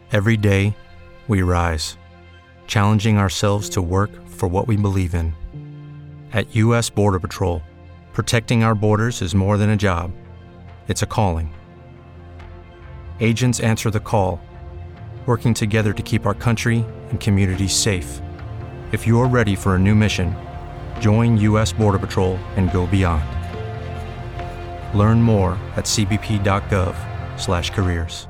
Every day, we rise, challenging ourselves to work for what we believe in. At U.S. Border Patrol, protecting our borders is more than a job. It's a calling. Agents answer the call, working together to keep our country and communities safe. If you're ready for a new mission, join U.S. Border Patrol and go beyond. Learn more at cbp.gov/careers.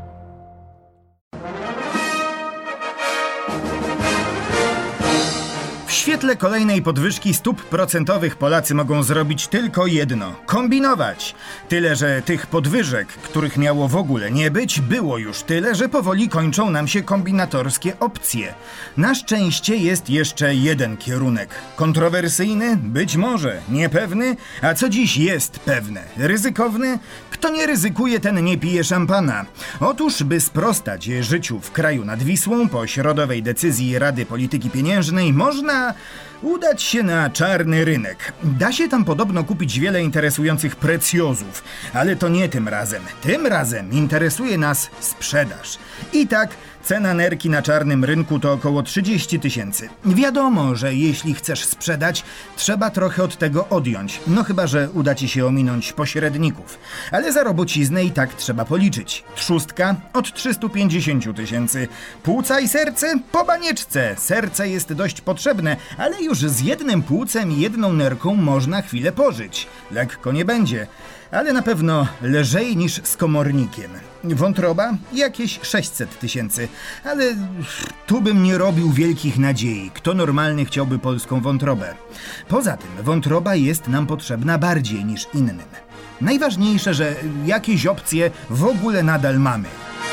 W świetle kolejnej podwyżki stóp procentowych Polacy mogą zrobić tylko jedno – kombinować. Tyle, że tych podwyżek, których miało w ogóle nie być, było już tyle, że powoli kończą nam się kombinatorskie opcje. Na szczęście jest jeszcze jeden kierunek. Kontrowersyjny? Być może. Niepewny? A co dziś jest pewne? Ryzykowny? Kto nie ryzykuje, ten nie pije szampana. Otóż, by sprostać życiu w kraju nad Wisłą, po środowej decyzji Rady Polityki Pieniężnej można udać się na czarny rynek. Da się tam podobno kupić wiele interesujących precjozów, ale to nie tym razem. Tym razem interesuje nas sprzedaż. I tak cena nerki na czarnym rynku to około 30 000. Wiadomo, że jeśli chcesz sprzedać, trzeba trochę od tego odjąć. No chyba, że uda ci się ominąć pośredników. Ale za robociznę i tak trzeba policzyć. Trzustka od 350 000. Płuca i serce po banieczce. Serce jest dość potrzebne, ale już z jednym płucem i jedną nerką można chwilę pożyć. Lekko nie będzie, ale na pewno lżej niż z komornikiem. Wątroba? Jakieś 600 000, ale tu bym nie robił wielkich nadziei. Kto normalny chciałby polską wątrobę? Poza tym wątroba jest nam potrzebna bardziej niż innym. Najważniejsze, że jakieś opcje w ogóle nadal mamy.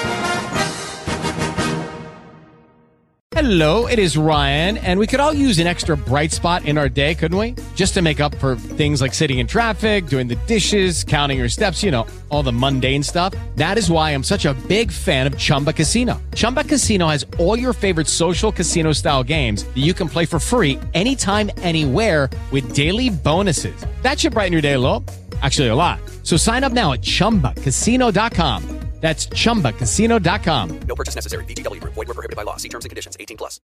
Hello, it is Ryan, and we could all use an extra bright spot in our day, couldn't we? Just to make up for things like sitting in traffic, doing the dishes, counting your steps, you know, all the mundane stuff. That is why I'm such a big fan of Chumba Casino. Chumba Casino has all your favorite social casino-style games that you can play for free anytime, anywhere with daily bonuses. That should brighten your day a little. Actually, a lot. So sign up now at ChumbaCasino.com. That's ChumbaCasino.com. No purchase necessary. VGW Group. Void where prohibited by law. See terms and conditions. 18+.